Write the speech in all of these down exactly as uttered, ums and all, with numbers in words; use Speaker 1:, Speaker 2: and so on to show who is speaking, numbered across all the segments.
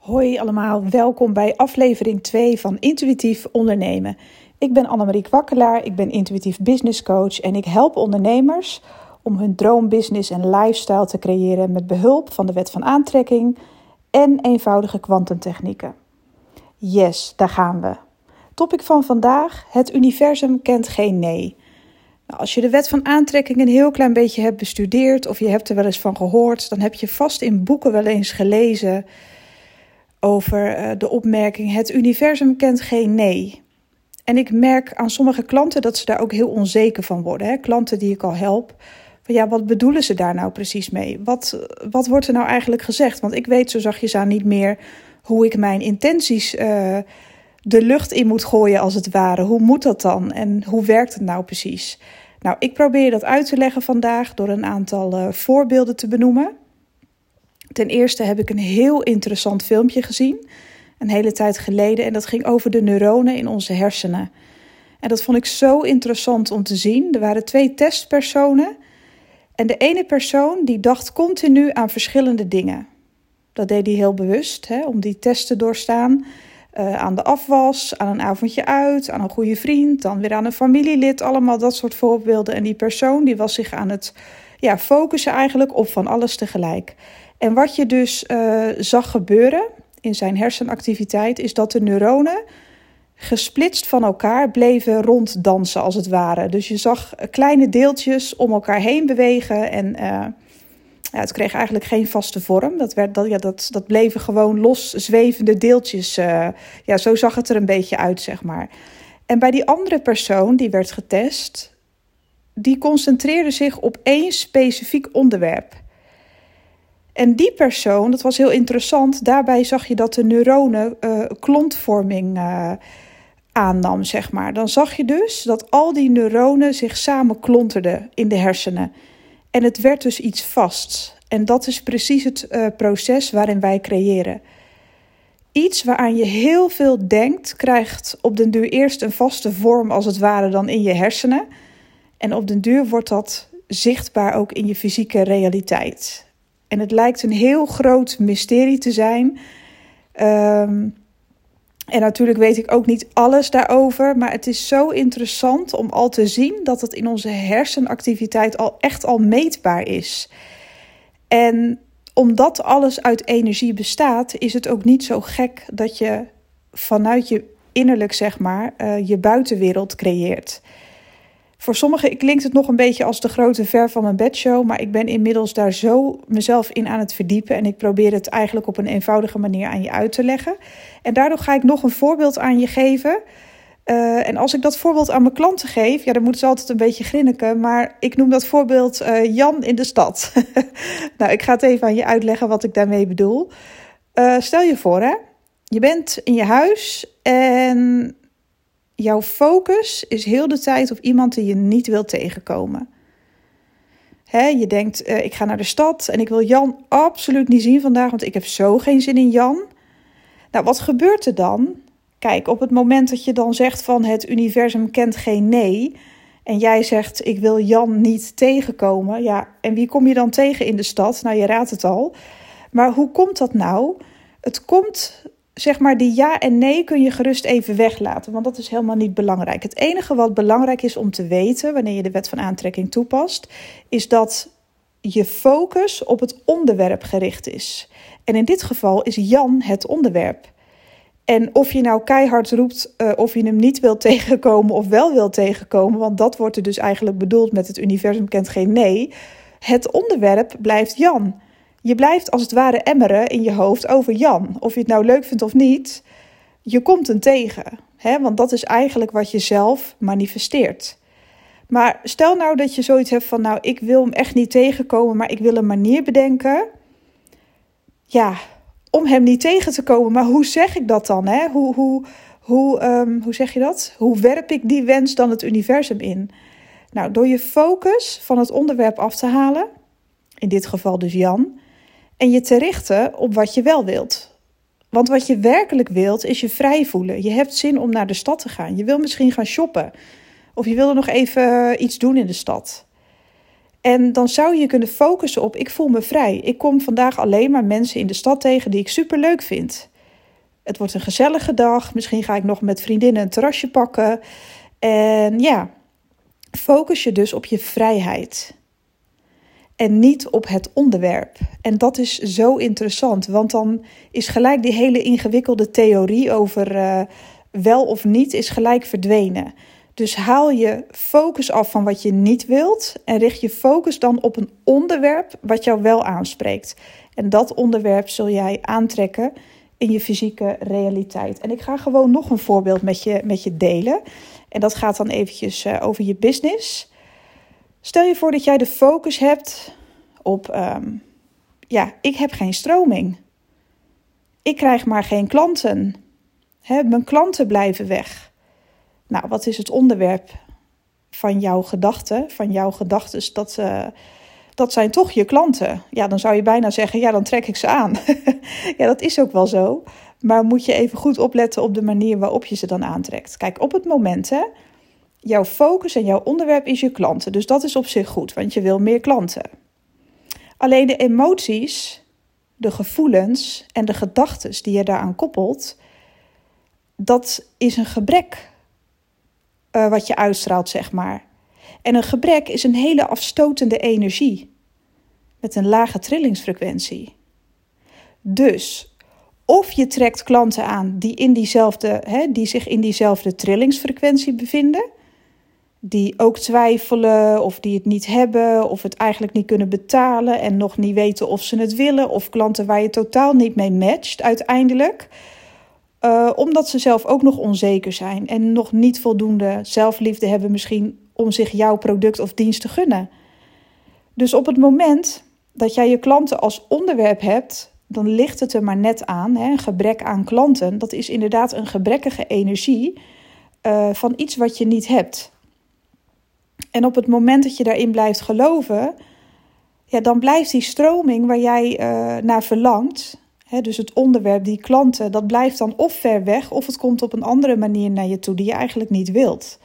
Speaker 1: Hoi allemaal, welkom bij aflevering twee van Intuïtief Ondernemen. Ik ben Annemarie Kwakkelaar, ik ben intuïtief business coach en ik help ondernemers om hun droombusiness en lifestyle te creëren met behulp van de wet van aantrekking en eenvoudige kwantumtechnieken. Yes, daar gaan we. Topic van vandaag, het universum kent geen nee. Nou, als je de wet van aantrekking een heel klein beetje hebt bestudeerd of je hebt er wel eens van gehoord, dan heb je vast in boeken wel eens gelezen over uh, de opmerking, het universum kent geen nee. En ik merk aan sommige klanten dat ze daar ook heel onzeker van worden. Hè? Klanten die ik al help. Van ja, wat bedoelen ze daar nou precies mee? Wat, wat wordt er nou eigenlijk gezegd? Want ik weet zo zachtjes aan niet meer hoe ik mijn intenties uh, de lucht in moet gooien als het ware. Hoe moet dat dan? En hoe werkt het nou precies? Nou, ik probeer dat uit te leggen vandaag door een aantal uh, voorbeelden te benoemen. Ten eerste heb ik een heel interessant filmpje gezien, een hele tijd geleden. En dat ging over de neuronen in onze hersenen. En dat vond ik zo interessant om te zien. Er waren twee testpersonen. En de ene persoon die dacht continu aan verschillende dingen. Dat deed hij heel bewust, hè, om die test te doorstaan. Uh, aan de afwas, aan een avondje uit, aan een goede vriend, dan weer aan een familielid. Allemaal dat soort voorbeelden. En die persoon die was zich aan het ja, focussen eigenlijk op van alles tegelijk. En wat je dus uh, zag gebeuren in zijn hersenactiviteit is dat de neuronen gesplitst van elkaar bleven ronddansen als het ware. Dus je zag kleine deeltjes om elkaar heen bewegen en uh, ja, het kreeg eigenlijk geen vaste vorm. Dat, werd, dat, ja, dat, dat bleven gewoon los zwevende deeltjes. Uh, ja, zo zag het er een beetje uit, zeg maar. En bij die andere persoon die werd getest, die concentreerde zich op één specifiek onderwerp. En die persoon, dat was heel interessant, daarbij zag je dat de neuronen uh, klontvorming uh, aannam, zeg maar. Dan zag je dus dat al die neuronen zich samen klonterden in de hersenen. En het werd dus iets vasts. En dat is precies het uh, proces waarin wij creëren. Iets waaraan je heel veel denkt, krijgt op den duur eerst een vaste vorm als het ware dan in je hersenen. En op den duur wordt dat zichtbaar ook in je fysieke realiteit. En het lijkt een heel groot mysterie te zijn. Um, en natuurlijk weet ik ook niet alles daarover. Maar het is zo interessant om al te zien dat het in onze hersenactiviteit al echt al meetbaar is. En omdat alles uit energie bestaat, is het ook niet zo gek dat je vanuit je innerlijk, zeg maar, uh, je buitenwereld creëert. Voor sommigen klinkt het nog een beetje als de grote ver van mijn bedshow, maar ik ben inmiddels daar zo mezelf in aan het verdiepen en ik probeer het eigenlijk op een eenvoudige manier aan je uit te leggen. En daardoor ga ik nog een voorbeeld aan je geven. Uh, en als ik dat voorbeeld aan mijn klanten geef, ja, dan moeten ze altijd een beetje grinniken, maar ik noem dat voorbeeld uh, Jan in de stad. Nou, ik ga het even aan je uitleggen wat ik daarmee bedoel. Uh, stel je voor, hè, je bent in je huis en jouw focus is heel de tijd op iemand die je niet wil tegenkomen. Hè, je denkt, uh, ik ga naar de stad en ik wil Jan absoluut niet zien vandaag, want ik heb zo geen zin in Jan. Nou, wat gebeurt er dan? Kijk, op het moment dat je dan zegt van het universum kent geen nee, en jij zegt ik wil Jan niet tegenkomen, ja, en wie kom je dan tegen in de stad? Nou, je raadt het al. Maar hoe komt dat nou? Het komt, zeg maar, die ja en nee kun je gerust even weglaten, want dat is helemaal niet belangrijk. Het enige wat belangrijk is om te weten, wanneer je de wet van aantrekking toepast, is dat je focus op het onderwerp gericht is. En in dit geval is Jan het onderwerp. En of je nou keihard roept uh, of je hem niet wilt tegenkomen of wel wilt tegenkomen, want dat wordt er dus eigenlijk bedoeld met het universum kent geen nee. Het onderwerp blijft Jan. Je blijft als het ware emmeren in je hoofd over Jan. Of je het nou leuk vindt of niet, je komt hem tegen. Hè? Want dat is eigenlijk wat je zelf manifesteert. Maar stel nou dat je zoiets hebt van, nou, ik wil hem echt niet tegenkomen, maar ik wil een manier bedenken. Ja, om hem niet tegen te komen. Maar hoe zeg ik dat dan? Hè? Hoe, hoe, hoe, um, hoe zeg je dat? Hoe werp ik die wens dan het universum in? Nou, door je focus van het onderwerp af te halen, in dit geval dus Jan, en je te richten op wat je wel wilt. Want wat je werkelijk wilt, is je vrij voelen. Je hebt zin om naar de stad te gaan. Je wil misschien gaan shoppen. Of je wil er nog even iets doen in de stad. En dan zou je kunnen focussen op, ik voel me vrij. Ik kom vandaag alleen maar mensen in de stad tegen die ik superleuk vind. Het wordt een gezellige dag. Misschien ga ik nog met vriendinnen een terrasje pakken. En ja, focus je dus op je vrijheid. En niet op het onderwerp. En dat is zo interessant. Want dan is gelijk die hele ingewikkelde theorie over uh, wel of niet is gelijk verdwenen. Dus haal je focus af van wat je niet wilt. En richt je focus dan op een onderwerp wat jou wel aanspreekt. En dat onderwerp zul jij aantrekken in je fysieke realiteit. En ik ga gewoon nog een voorbeeld met je, met je delen. En dat gaat dan eventjes uh, over je business. Stel je voor dat jij de focus hebt op, um, ja, ik heb geen stroming. Ik krijg maar geen klanten. Hè, mijn klanten blijven weg. Nou, wat is het onderwerp van jouw gedachten? Van jouw gedachten, dat, uh, dat zijn toch je klanten. Ja, dan zou je bijna zeggen, ja, dan trek ik ze aan. Ja, dat is ook wel zo. Maar moet je even goed opletten op de manier waarop je ze dan aantrekt. Kijk, op het moment, hè, jouw focus en jouw onderwerp is je klanten. Dus dat is op zich goed, want je wil meer klanten. Alleen de emoties, de gevoelens en de gedachten die je daaraan koppelt, dat is een gebrek uh, wat je uitstraalt, zeg maar. En een gebrek is een hele afstotende energie met een lage trillingsfrequentie. Dus of je trekt klanten aan die, in diezelfde, hè, die zich in diezelfde trillingsfrequentie bevinden, die ook twijfelen of die het niet hebben of het eigenlijk niet kunnen betalen en nog niet weten of ze het willen, of klanten waar je totaal niet mee matcht uiteindelijk, uh, omdat ze zelf ook nog onzeker zijn en nog niet voldoende zelfliefde hebben misschien om zich jouw product of dienst te gunnen. Dus op het moment dat jij je klanten als onderwerp hebt, dan ligt het er maar net aan. Hè? Een gebrek aan klanten, dat is inderdaad een gebrekkige energie uh, van iets wat je niet hebt. En op het moment dat je daarin blijft geloven, ja, dan blijft die stroming waar jij uh, naar verlangt, hè, dus het onderwerp, die klanten, dat blijft dan of ver weg, of het komt op een andere manier naar je toe die je eigenlijk niet wilt.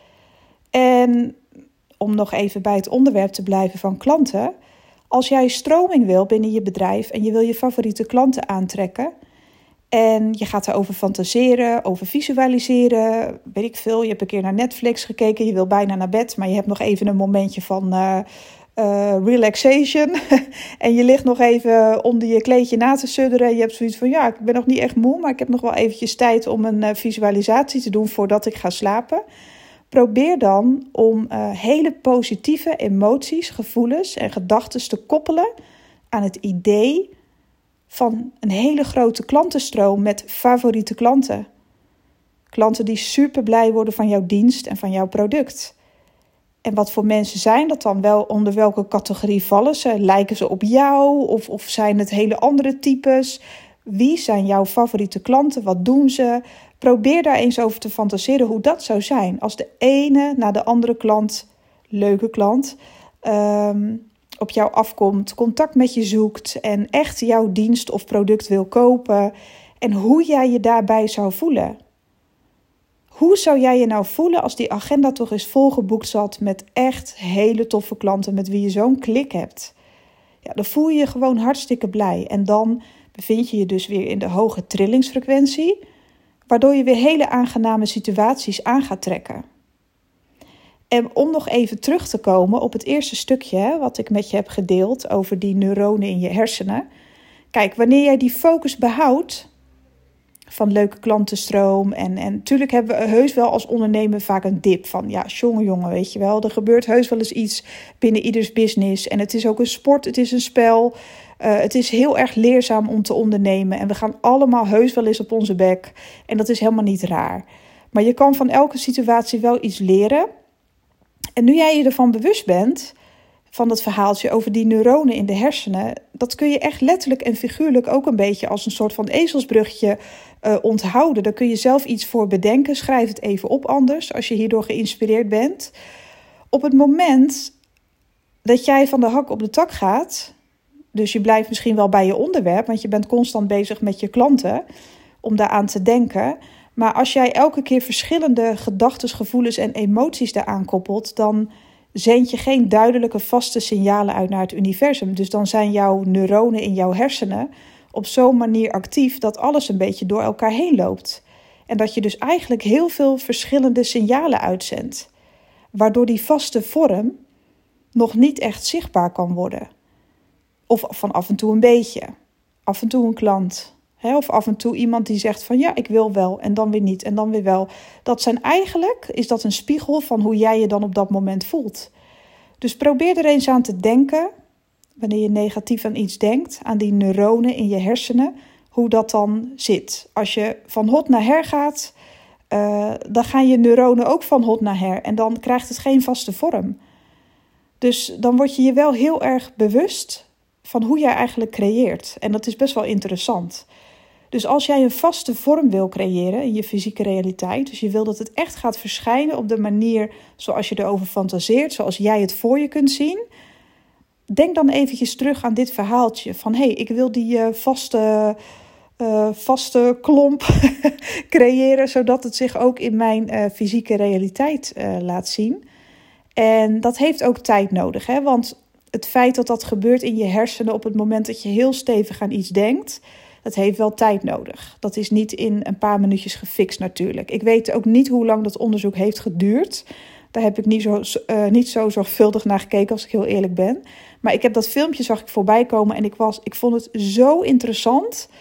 Speaker 1: En om nog even bij het onderwerp te blijven van klanten, als jij stroming wil binnen je bedrijf en je wil je favoriete klanten aantrekken en je gaat daarover fantaseren, over visualiseren, weet ik veel, je hebt een keer naar Netflix gekeken, je wil bijna naar bed, maar je hebt nog even een momentje van uh, uh, relaxation en je ligt nog even onder je kleedje na te sudderen. Je hebt zoiets van, ja, ik ben nog niet echt moe, maar ik heb nog wel eventjes tijd om een uh, visualisatie te doen voordat ik ga slapen. Probeer dan om uh, hele positieve emoties, gevoelens en gedachten te koppelen aan het idee van een hele grote klantenstroom met favoriete klanten. Klanten die super blij worden van jouw dienst en van jouw product. En wat voor mensen zijn dat dan wel? Onder welke categorie vallen ze? Lijken ze op jou of, of zijn het hele andere types? Wie zijn jouw favoriete klanten? Wat doen ze? Probeer daar eens over te fantaseren hoe dat zou zijn als de ene na de andere klant, leuke klant, um, op jou afkomt, contact met je zoekt en echt jouw dienst of product wil kopen en hoe jij je daarbij zou voelen. Hoe zou jij je nou voelen als die agenda toch eens volgeboekt zat met echt hele toffe klanten met wie je zo'n klik hebt? Ja, dan voel je je gewoon hartstikke blij en dan bevind je je dus weer in de hoge trillingsfrequentie, waardoor je weer hele aangename situaties aan gaat trekken. En om nog even terug te komen op het eerste stukje wat ik met je heb gedeeld over die neuronen in je hersenen. Kijk, wanneer jij die focus behoudt van leuke klantenstroom en, en natuurlijk hebben we heus wel als ondernemer vaak een dip van ja, jongen, jongen, weet je wel. Er gebeurt heus wel eens iets binnen ieders business en het is ook een sport, het is een spel. Uh, het is heel erg leerzaam om te ondernemen en we gaan allemaal heus wel eens op onze bek en dat is helemaal niet raar. Maar je kan van elke situatie wel iets leren. En nu jij je ervan bewust bent, van dat verhaaltje over die neuronen in de hersenen, dat kun je echt letterlijk en figuurlijk ook een beetje als een soort van ezelsbruggetje uh, onthouden. Daar kun je zelf iets voor bedenken. Schrijf het even op anders, als je hierdoor geïnspireerd bent. Op het moment dat jij van de hak op de tak gaat, dus je blijft misschien wel bij je onderwerp, want je bent constant bezig met je klanten, om daaraan te denken. Maar als jij elke keer verschillende gedachten, gevoelens en emoties daaraan koppelt, dan zend je geen duidelijke vaste signalen uit naar het universum. Dus dan zijn jouw neuronen in jouw hersenen op zo'n manier actief dat alles een beetje door elkaar heen loopt. En dat je dus eigenlijk heel veel verschillende signalen uitzendt, waardoor die vaste vorm nog niet echt zichtbaar kan worden. Of van af en toe een beetje, af en toe een klant, hè? Of af en toe iemand die zegt van ja, ik wil wel en dan weer niet en dan weer wel. Dat zijn eigenlijk, is dat een spiegel van hoe jij je dan op dat moment voelt. Dus probeer er eens aan te denken, wanneer je negatief aan iets denkt, aan die neuronen in je hersenen, hoe dat dan zit. Als je van hot naar her gaat, uh, dan gaan je neuronen ook van hot naar her en dan krijgt het geen vaste vorm. Dus dan word je je wel heel erg bewust van hoe jij eigenlijk creëert. En dat is best wel interessant. Dus als jij een vaste vorm wil creëren in je fysieke realiteit, dus je wil dat het echt gaat verschijnen op de manier zoals je erover fantaseert, zoals jij het voor je kunt zien, denk dan eventjes terug aan dit verhaaltje van hé, hey, ik wil die uh, vaste, uh, vaste klomp creëren, zodat het zich ook in mijn uh, fysieke realiteit uh, laat zien. En dat heeft ook tijd nodig, hè? Want het feit dat dat gebeurt in je hersenen op het moment dat je heel stevig aan iets denkt, dat heeft wel tijd nodig. Dat is niet in een paar minuutjes gefixt natuurlijk. Ik weet ook niet hoe lang dat onderzoek heeft geduurd. Daar heb ik niet zo, uh, niet zo zorgvuldig naar gekeken als ik heel eerlijk ben. Maar ik heb dat filmpje zag ik voorbij komen en ik, was, ik vond het zo interessant.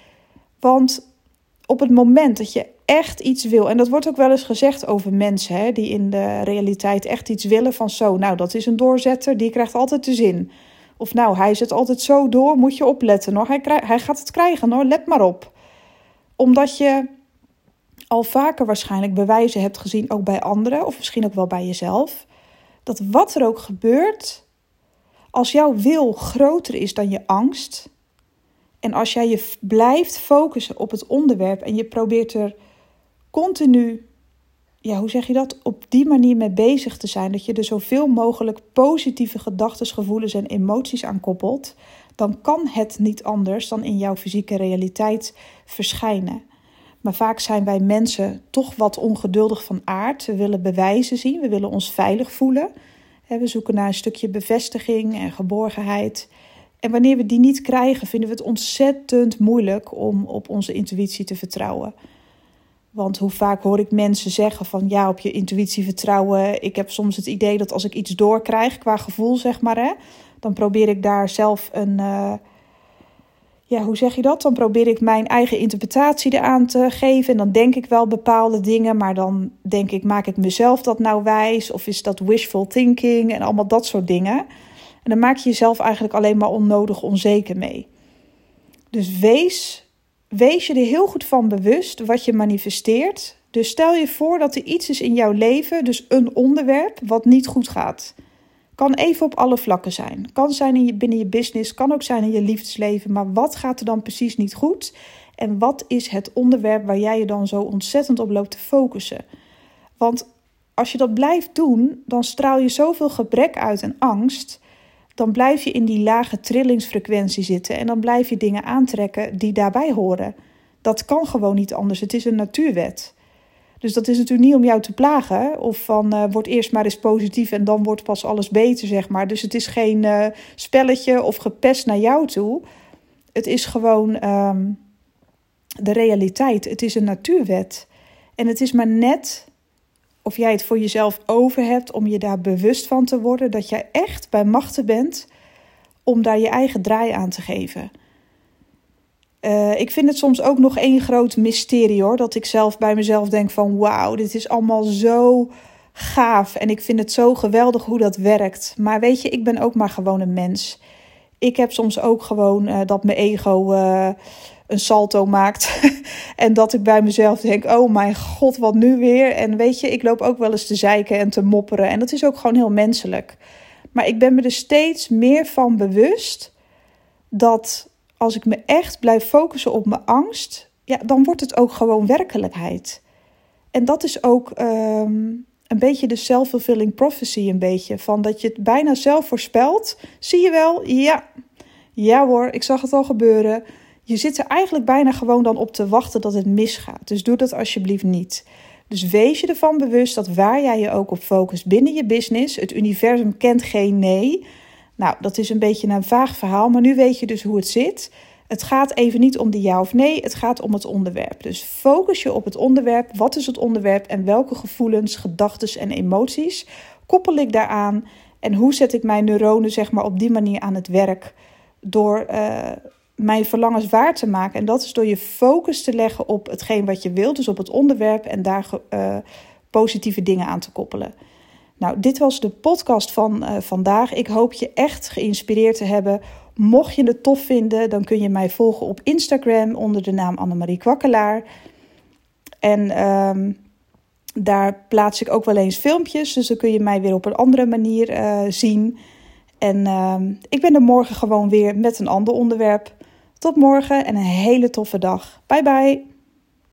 Speaker 1: Want op het moment dat je echt iets wil, en dat wordt ook wel eens gezegd over mensen, hè, die in de realiteit echt iets willen van zo, nou dat is een doorzetter, die krijgt altijd de zin. Of nou, hij zet altijd zo door, moet je opletten hoor, hij, krijg, hij gaat het krijgen hoor, let maar op. Omdat je al vaker waarschijnlijk bewijzen hebt gezien, ook bij anderen, of misschien ook wel bij jezelf, dat wat er ook gebeurt, als jouw wil groter is dan je angst, en als jij je blijft focussen op het onderwerp en je probeert er continu, ja, hoe zeg je dat, op die manier mee bezig te zijn, dat je er zoveel mogelijk positieve gedachten, gevoelens en emoties aan koppelt, dan kan het niet anders dan in jouw fysieke realiteit verschijnen. Maar vaak zijn wij mensen toch wat ongeduldig van aard. We willen bewijzen zien, we willen ons veilig voelen. We zoeken naar een stukje bevestiging en geborgenheid. En wanneer we die niet krijgen, vinden we het ontzettend moeilijk om op onze intuïtie te vertrouwen. Want hoe vaak hoor ik mensen zeggen van ja, op je intuïtie vertrouwen. Ik heb soms het idee dat als ik iets doorkrijg qua gevoel, zeg maar, hè, dan probeer ik daar zelf een, uh, ja, hoe zeg je dat? Dan probeer ik mijn eigen interpretatie eraan te geven. En dan denk ik wel bepaalde dingen, maar dan denk ik, maak ik mezelf dat nou wijs? Of is dat wishful thinking en allemaal dat soort dingen? En dan maak je jezelf eigenlijk alleen maar onnodig onzeker mee. Dus wees... Wees je er heel goed van bewust wat je manifesteert. Dus stel je voor dat er iets is in jouw leven, dus een onderwerp, wat niet goed gaat. Kan even op alle vlakken zijn. Kan zijn in je, binnen je business, kan ook zijn in je liefdesleven. Maar wat gaat er dan precies niet goed? En wat is het onderwerp waar jij je dan zo ontzettend op loopt te focussen? Want als je dat blijft doen, dan straal je zoveel gebrek uit en angst. Dan blijf je in die lage trillingsfrequentie zitten en dan blijf je dingen aantrekken die daarbij horen. Dat kan gewoon niet anders. Het is een natuurwet. Dus dat is natuurlijk niet om jou te plagen of van uh, word eerst maar eens positief en dan wordt pas alles beter, zeg maar. Dus het is geen uh, spelletje of gepest naar jou toe. Het is gewoon um, de realiteit. Het is een natuurwet. En het is maar net of jij het voor jezelf over hebt om je daar bewust van te worden, dat jij echt bij machten bent om daar je eigen draai aan te geven. Uh, ik vind het soms ook nog één groot mysterie hoor, dat ik zelf bij mezelf denk van wauw, dit is allemaal zo gaaf en ik vind het zo geweldig hoe dat werkt. Maar weet je, ik ben ook maar gewoon een mens. Ik heb soms ook gewoon uh, dat mijn ego uh, een salto maakt. En dat ik bij mezelf denk, oh mijn god, wat nu weer? En weet je, ik loop ook wel eens te zeiken en te mopperen. En dat is ook gewoon heel menselijk. Maar ik ben me er steeds meer van bewust dat als ik me echt blijf focussen op mijn angst, ja, dan wordt het ook gewoon werkelijkheid. En dat is ook um, een beetje de self-fulfilling prophecy een beetje. Van dat je het bijna zelf voorspelt. Zie je wel? Ja. Ja hoor, ik zag het al gebeuren. Je zit er eigenlijk bijna gewoon dan op te wachten dat het misgaat. Dus doe dat alsjeblieft niet. Dus wees je ervan bewust dat waar jij je ook op focust binnen je business, het universum kent geen nee. Nou, dat is een beetje een vaag verhaal, maar nu weet je dus hoe het zit. Het gaat even niet om de ja of nee, het gaat om het onderwerp. Dus focus je op het onderwerp. Wat is het onderwerp en welke gevoelens, gedachten en emoties koppel ik daaraan? En hoe zet ik mijn neuronen zeg maar, op die manier aan het werk door uh, mijn verlangens waar te maken? En dat is door je focus te leggen op hetgeen wat je wilt, dus op het onderwerp en daar uh, positieve dingen aan te koppelen. Nou, dit was de podcast van uh, vandaag. Ik hoop je echt geïnspireerd te hebben. Mocht je het tof vinden, dan kun je mij volgen op Instagram onder de naam Annemarie Kwakkelaar. En um, daar plaats ik ook wel eens filmpjes, dus dan kun je mij weer op een andere manier uh, zien. En uh, ik ben er morgen gewoon weer met een ander onderwerp. Tot morgen en een hele toffe dag. Bye bye!